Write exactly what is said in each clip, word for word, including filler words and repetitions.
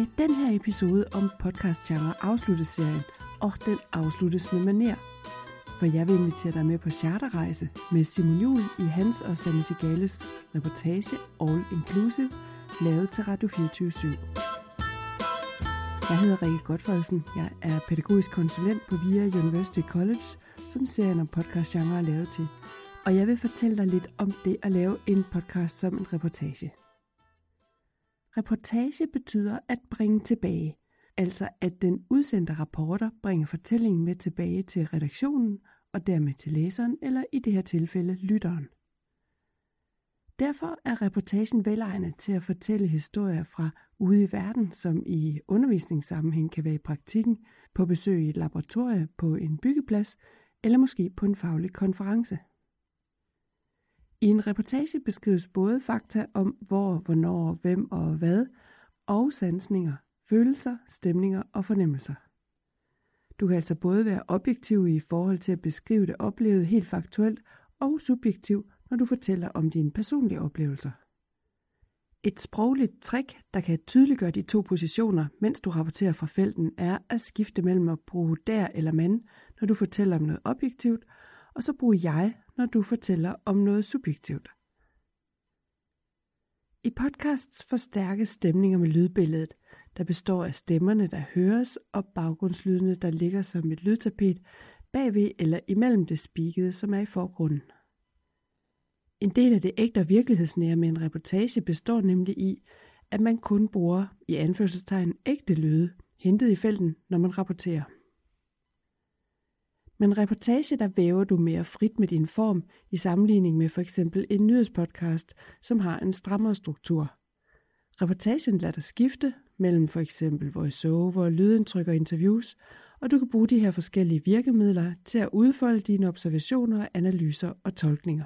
med den her episode om podcastgenre afsluttes serien, og den afsluttes med maner. For jeg vil invitere dig med på charterrejse med Simon Juhl i hans og Sanne Sigales reportage All Inclusive, lavet til Radio fireogtyve syv. Jeg hedder Rikke Godfredsen. Jeg er pædagogisk konsulent på V I A University College, som serien om podcastgenre er lavet til. Og jeg vil fortælle dig lidt om det at lave en podcast som en reportage. Reportage betyder at bringe tilbage, altså at den udsendte rapporter bringer fortællingen med tilbage til redaktionen og dermed til læseren, eller i det her tilfælde lytteren. Derfor er reportagen velegnet til at fortælle historier fra ude i verden, som i undervisningssammenhæng kan være i praktikken, på besøg i et laboratorie, på en byggeplads eller måske på en faglig konference. I en reportage beskrives både fakta om hvor, hvornår, hvem og hvad, og sansninger, følelser, stemninger og fornemmelser. Du kan altså både være objektiv i forhold til at beskrive det oplevede helt faktuelt, og subjektiv, når du fortæller om dine personlige oplevelser. Et sprogligt trick, der kan tydeliggøre de to positioner, mens du rapporterer fra felten, er at skifte mellem at bruge der eller man, når du fortæller om noget objektivt, og så bruge jeg, når du fortæller om noget subjektivt. I podcasts forstærkes stemninger med lydbilledet, der består af stemmerne, der høres, og baggrundslydene, der ligger som et lydtapet bagved eller imellem det speakede, som er i forgrunden. En del af det ægte og virkelighedsnære med en reportage består nemlig i, at man kun bruger i anførselstegn ægte lyde, hentet i felten, når man rapporterer. Men reportage, der væver du mere frit med din form i sammenligning med for eksempel en nyhedspodcast, som har en strammere struktur. Reportagen lader dig skifte mellem for eksempel voice-over, lydindtryk og interviews, og du kan bruge de her forskellige virkemidler til at udfolde dine observationer, analyser og tolkninger.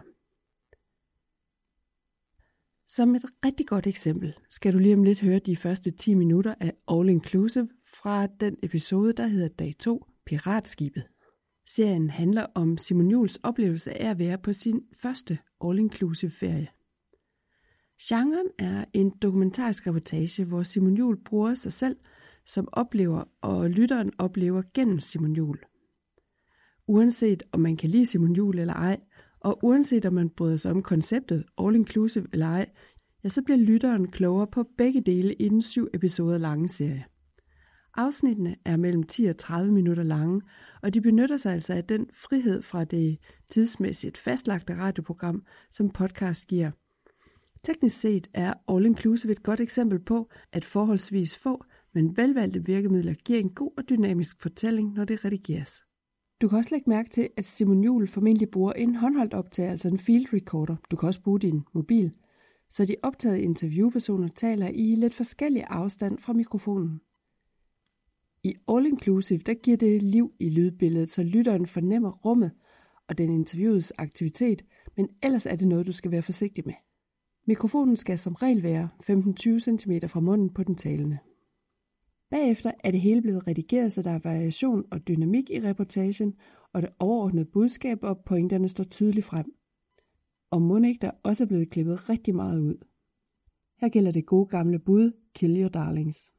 Som et rigtig godt eksempel skal du lige om lidt høre de første ti minutter af All Inclusive fra den episode, der hedder Dag to, Piratskibet. Serien handler om Simon Juhls oplevelse af at være på sin første all-inclusive ferie. Genren er en dokumentarisk reportage, hvor Simon Juhl bruger sig selv som oplever, og lytteren oplever gennem Simon Juhl. Uanset om man kan lide Simon Juhl eller ej, og uanset om man bryder sig om konceptet all-inclusive eller ej, ja, så bliver lytteren klogere på begge dele i den syv episoder lange serie. Afsnittene er mellem ti og tredive minutter lange, og de benytter sig altså af den frihed fra det tidsmæssigt fastlagte radioprogram, som podcast giver. Teknisk set er All Inclusive et godt eksempel på, at forholdsvis få, men velvalgte virkemidler giver en god og dynamisk fortælling, når det redigeres. Du kan også lægge mærke til, at Simon Juhl formentlig bruger en håndholdt optager, altså en field recorder. Du kan også bruge din mobil, så de optagede interviewpersoner taler i lidt forskellig afstand fra mikrofonen. I All Inclusive, der giver det liv i lydbilledet, så lytteren fornemmer rummet og den interviewedes aktivitet, men ellers er det noget, du skal være forsigtig med. Mikrofonen skal som regel være femten til tyve centimeter fra munden på den talende. Bagefter er det hele blevet redigeret, så der er variation og dynamik i reportagen, og det overordnede budskab og pointerne står tydeligt frem. Og mon ikke der også er blevet klippet rigtig meget ud. Her gælder det gode gamle bud, kill your darlings.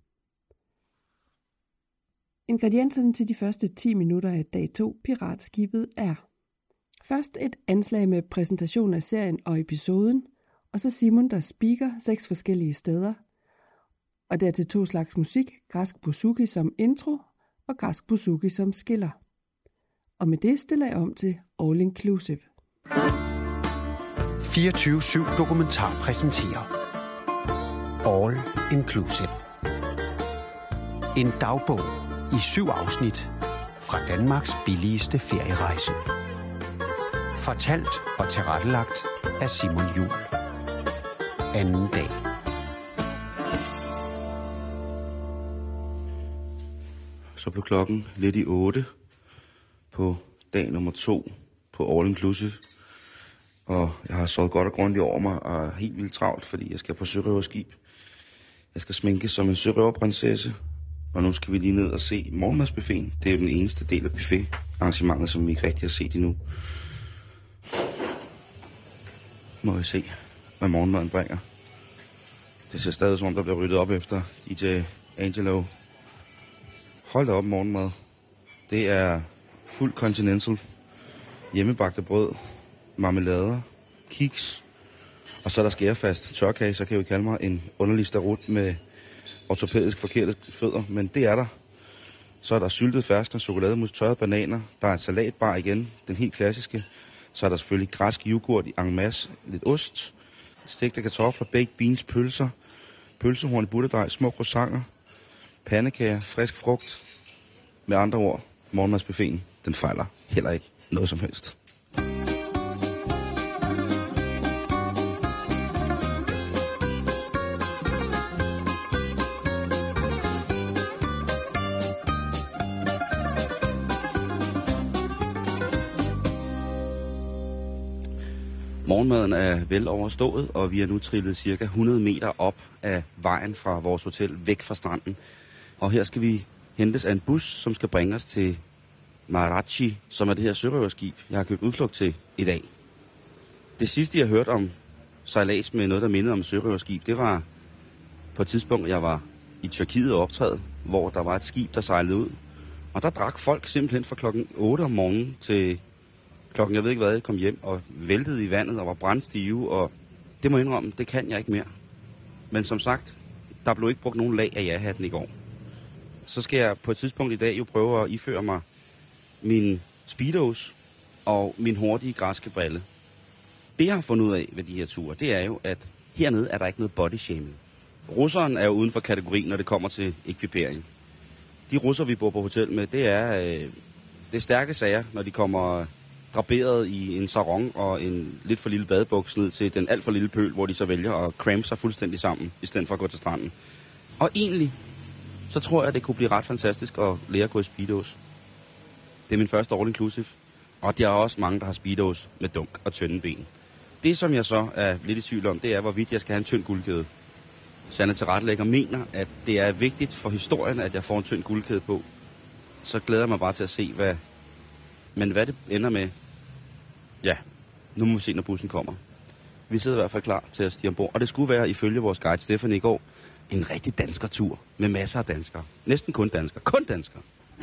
Ingredienserne til de første ti minutter af dag to, Piratskibet, er først et anslag med præsentation af serien og episoden, og så Simon, der speaker seks forskellige steder, og dertil to slags musik, græsk bouzouki som intro og græsk bouzouki som skiller. Og med det stiller jeg om til All Inclusive. fireogtyve syv Dokumentar præsenterer All Inclusive. En dagbog i syv afsnit fra Danmarks billigste ferierejse. Fortalt og tilrettelagt af Simon Juhl. Anden dag. Så blev klokken lidt i otte på dag nummer to på All Inclusive. Og jeg har sovet godt og grundigt over mig og er helt vildt travlt, fordi jeg skal på sørøverskib. Jeg skal sminke som en sørøverprinsesse. Og nu skal vi lige ned og se morgenmadsbuffeten. Det er den eneste del af buffet-arrangementet, som vi ikke rigtig har set endnu. Må vi se, hvad morgenmaden bringer. Det ser stadig som om, der bliver ryddet op efter I J Angelo. Hold da op morgenmad. Det er fuld continental. Hjemmebagte brød, marmelader, kiks. Og så er der skærefast tørkage, så kan jeg jo kalde mig en underlig starut med ortopædisk forkerte fødder. Men det er der. Så er der syltet ferskner, chokolademus, tørrede bananer. Der er en salatbar igen, den helt klassiske. Så er der selvfølgelig græsk yoghurt i en masse, lidt ost, stegte kartofler, baked beans, pølser, pølsehorn i butterdej, små croissanter, pandekager, frisk frugt. Med andre ord, morgenmadsbuffeten, den fejler heller ikke noget som helst. Morgenmaden er vel overstået, og vi er nu trillet cirka hundrede meter op af vejen fra vores hotel, væk fra stranden. Og her skal vi hentes af en bus, som skal bringe os til Marachi, som er det her sørøverskib, jeg har købt udflugt til i dag. Det sidste, jeg hørte om sejlads med noget, der mindede om sørøverskib, det var på et tidspunkt, jeg var i Tyrkiet og optræde, hvor der var et skib, der sejlede ud. Og der drak folk simpelthen fra klokken otte om morgenen til klokken, jeg ved ikke hvad, jeg kom hjem og væltede i vandet og var brandstive, og det må jeg indrømme, det kan jeg ikke mere. Men som sagt, der blev ikke brugt nogen lag af ja-hatten i går. Så skal jeg på et tidspunkt i dag jo prøve at iføre mig min speedos og min hurtige græske brille. Det jeg har fundet ud af ved de her ture, det er jo, at hernede er der ikke noget body shaming. Russeren er jo uden for kategorien, når det kommer til ekvipering. De russer, vi bor på hotel med, det er, øh, det er stærke sager, når de kommer draperet i en sarong og en lidt for lille badebuks ned til den alt for lille pøl, hvor de så vælger at crampe sig fuldstændig sammen, i stedet for at gå til stranden. Og egentlig, så tror jeg, at det kunne blive ret fantastisk at lære at gå i speedos. Det er min første all-inclusive, og der er også mange, der har speedos med dunk og tynde ben. Det, som jeg så er lidt i tvivl om, det er, hvorvidt jeg skal have en tynd guldkæde. Sanne tilrettelægger mener, at det er vigtigt for historien, at jeg får en tynd guldkæde på. Så glæder jeg mig bare til at se, hvad... Men hvad det ender med... Ja, nu må vi se, når bussen kommer. Vi sidder i hvert fald klar til at stige ombord. Og det skulle være, ifølge vores guide Stefan i går, en rigtig danskertur med masser af danskere. Næsten kun danskere. Kun danskere.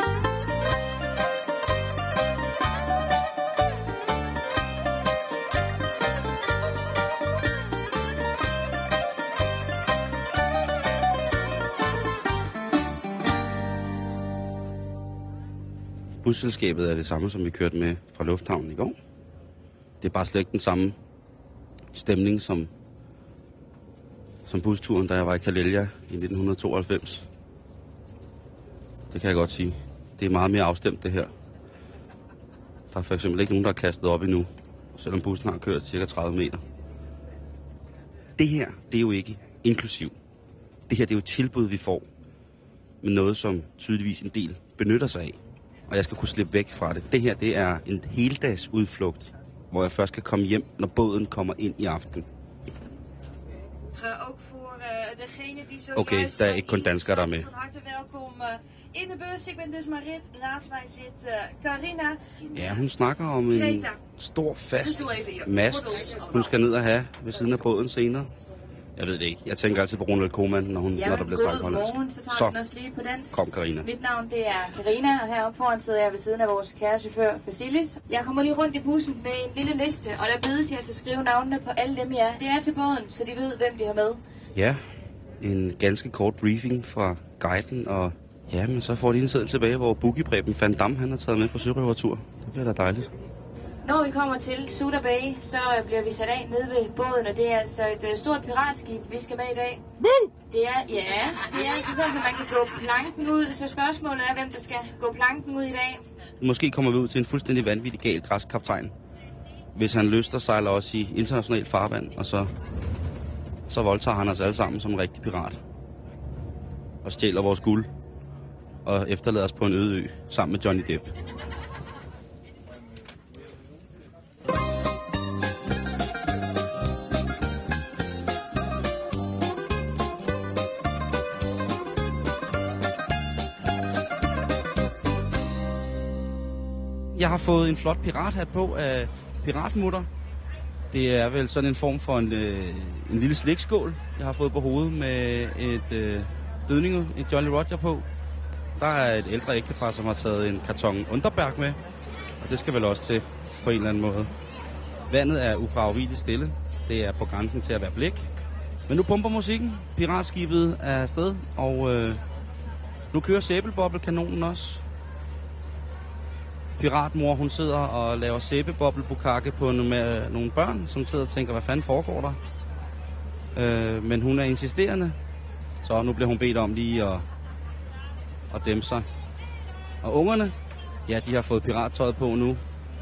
Busselskabet er det samme, som vi kørte med fra lufthavnen i går. Det er bare slet ikke den samme stemning som, som busturen, da jeg var i Karelia i nitten tooghalvfems. Det kan jeg godt sige. Det er meget mere afstemt, det her. Der er for eksempel ikke nogen, der er kastet op endnu, selvom bussen har kørt cirka tredive meter. Det her, det er jo ikke inklusiv. Det her, det er jo et tilbud, vi får, med noget, som tydeligvis en del benytter sig af. Og jeg skal kunne slippe væk fra det. Det her, det er en heldags udflugt, hvor jeg først kan komme hjem, når båden kommer ind i aften. Okay, der er ikke kun danskere, der er med. In de bus, ik ben dus Marit. Naast mij zit uh, Carina. Ja, hun snakker om en stor fast mast, hun skal ned og have ved siden af båden senere. Jeg ved det ikke. Jeg tænker altid på Ronald Koeman, når, hun, ja, når der bliver snakket hollandsk. Morgen, så tager så også lige på dansk. Kom, Carina. Mit navn det er Carina, og heroppe foran sidder jeg ved siden af vores kære chauffør Vasilis. Jeg kommer lige rundt i bussen med en lille liste, og der bedes jeg altså at skrive navnene på alle dem, jeg er. Det er til båden, så de ved, hvem de har med. Ja, en ganske kort briefing fra guiden, og ja, men så får de en seddel tilbage, hvor Boogie Preben Van Damme, han har taget med på sørøvertur. Det bliver da dejligt. Når vi kommer til Suda Bay, så bliver vi sat af nede ved båden, og det er altså et stort piratskib, vi skal med i dag. Woo! Det er, ja, det er altså sådan, at man kan gå planken ud, så spørgsmålet er, hvem der skal gå planken ud i dag. Måske kommer vi ud til en fuldstændig vanvittig gal græsk kaptajn. Hvis han lyster, sejler også i internationalt farvand, og så, så voldtager han os alle sammen som en rigtig pirat. Og stjæler vores guld, og efterlader os på en øde ø sammen med Johnny Depp. Jeg har fået en flot pirathat på af Piratmutter. Det er vel sådan en form for en, øh, en lille slikskål, jeg har fået på hovedet med et øh, dødninge, et Jolly Roger på. Der er et ældre ægtepar, som har taget en karton Underberg med, og det skal vel også til på en eller anden måde. Vandet er ufravigeligt stille. Det er på grænsen til at være blæk. Men nu pumper musikken. Piratskibet er afsted, og øh, nu kører sæbebobbelkanonen også. Piratmor, hun sidder og laver sæbebobbelbukkake på nogle, nogle børn, som sidder og tænker, hvad fanden foregår der? Øh, men hun er insisterende, så nu bliver hun bedt om lige at, at dæmpe sig. Og ungerne, ja, de har fået pirattøjet på nu.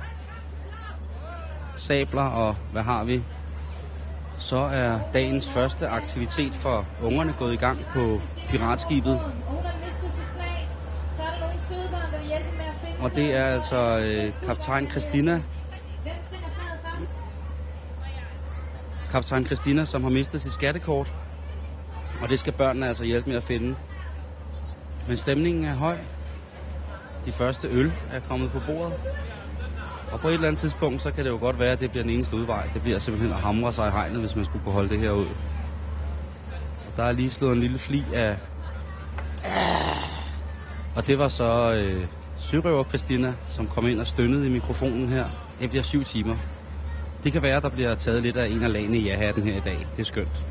Sabler og hvad har vi? Så er dagens første aktivitet for ungerne gået i gang på piratskibet. Og det er altså øh, kaptajn Christina. Kaptajn Christina, som har mistet sit skattekort. Og det skal børnene altså hjælpe med at finde. Men stemningen er høj. De første øl er kommet på bordet. Og på et eller andet tidspunkt, så kan det jo godt være, at det bliver den eneste udvej. Det bliver simpelthen at hamre sig i hegnet, hvis man skulle kunne holde det her ud. Og der er lige slået en lille fli af... Og det var så øh, sørøver Christina, som kom ind og stønnede i mikrofonen her. Det bliver syv timer. Det kan være, at der bliver taget lidt af en af lagene i ja-hatten her i dag. Det er skønt.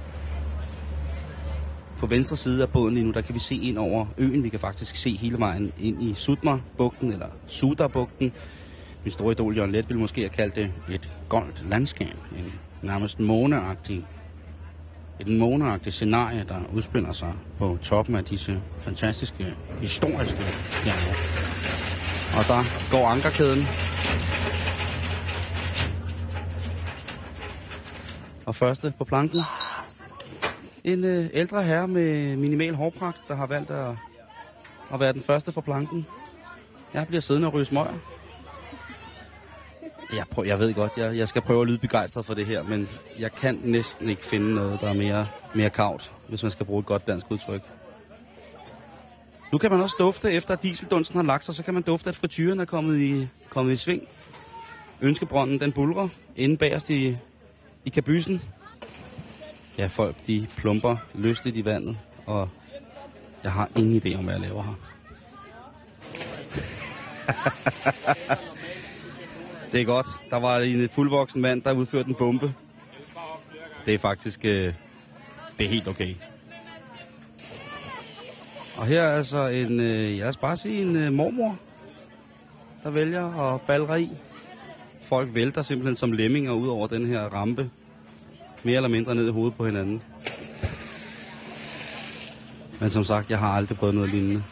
På venstre side af båden lige nu, der kan vi se ind over øen. Vi kan faktisk se hele vejen ind i Sudmar-bugten, eller Sudar-bugten. Min store idol, Jørgen Leth, ville måske have kaldt det et goldt landskab. En nærmest måneagtig, et måneagtigt scenarie, der udspiller sig på toppen af disse fantastiske, historiske bjerge. Og der går ankerkæden. Og første på planken. En øh, ældre herre med minimal hårpragt, der har valgt at, at være den første for planken. Jeg bliver siddende og ryge smøger. Jeg, prøver, jeg ved godt, jeg, jeg skal prøve at lyde begejstret for det her, men jeg kan næsten ikke finde noget, der er mere, mere kavt, hvis man skal bruge et godt dansk udtryk. Nu kan man også dufte, efter at dieseldunsten har lagt sig, så kan man dufte, at frityren er kommet i, kommet i sving. Ønskebrønden, den bulrer inde bagerst i, i kabysen. Ja, folk, de plumper lystigt i vandet, og jeg har ingen idé om, hvad jeg laver her. Det er godt. Der var en fuldvoksen mand, der udførte en bombe. Det er faktisk øh, det er helt okay. Og her er altså en, øh, jeg skal bare sige, en øh, mormor, der vælger at balre i. Folk vælter simpelthen som lemminger ud over den her rampe. Mere eller mindre ned i hovedet på hinanden. Men som sagt, jeg har aldrig prøvet noget lignende.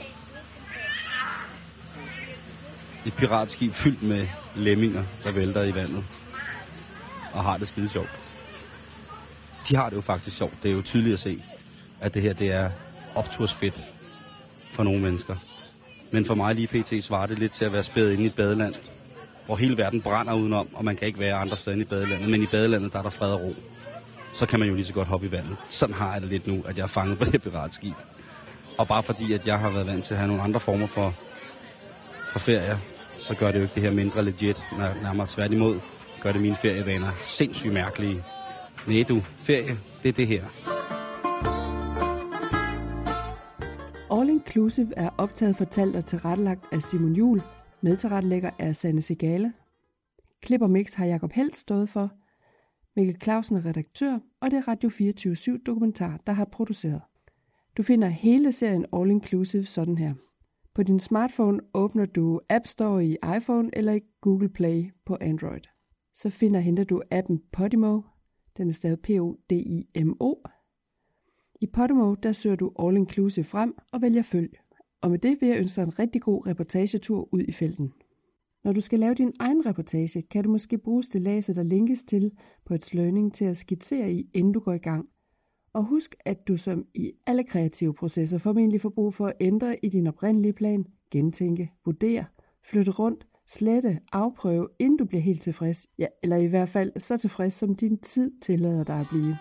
Et piratskib fyldt med lemminger, der vælter i vandet. Og har det skide sjovt. De har det jo faktisk sjovt. Det er jo tydeligt at se, at det her det er optursfedt for nogle mennesker. Men for mig lige pt. Svarer det lidt til at være spædet inde i et badeland, hvor hele verden brænder udenom, og man kan ikke være andre steder end i badelandet. Men i badelandet, der er der fred og ro. Så kan man jo lige så godt hoppe i vandet. Sådan har jeg det lidt nu, at jeg er fanget på det piratskib. Og bare fordi, at jeg har været vant til at have nogle andre former for, for ferier, så gør det jo ikke det her mindre legit. Nærmere tværtimod gør det mine ferievaner sindssygt mærkelige. Nej du, ferie, det er det her. All Inclusive er optaget, fortalt og tilrettelagt af Simon Juhl. Medtilrettelægger er Sanne Sigale. Klip og mix har Jakob Helt stået for. Mikkel Clausen er redaktør, og det er Radio fireogtyve syv Dokumentar, der har produceret. Du finder hele serien All Inclusive sådan her. På din smartphone åbner du App Store i iPhone eller i Google Play på Android. Så finder og henter du appen Podimo. Den er stadig P O D I M O. I Podimo, der søger du All Inclusive frem og vælger følg. Og med det vil jeg ønske dig en rigtig god reportagetur ud i felten. Når du skal lave din egen reportage, kan du måske bruge stillaset, der linkes til på et learning til at skitsere i, inden du går i gang. Og husk, at du som i alle kreative processer formentlig får brug for at ændre i din oprindelige plan, gentænke, vurdere, flytte rundt, slette, afprøve, inden du bliver helt tilfreds. Ja, eller i hvert fald så tilfreds, som din tid tillader dig at blive.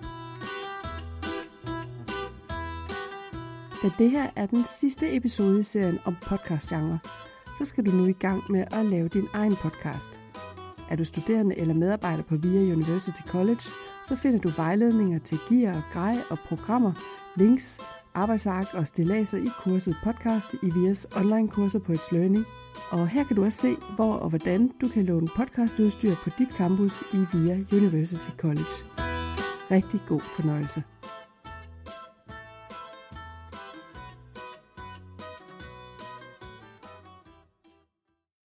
Da det her er den sidste episode i serien om podcastgenre, så skal du nu i gang med at lave din egen podcast. Er du studerende eller medarbejder på V I A University College, så finder du vejledninger til gear og grej og programmer, links, arbejdsark og stilladser i kurset podcast i V I A's online-kurser på It's Learning. Og her kan du også se, hvor og hvordan du kan låne podcastudstyr på dit campus i V I A University College. Rigtig god fornøjelse.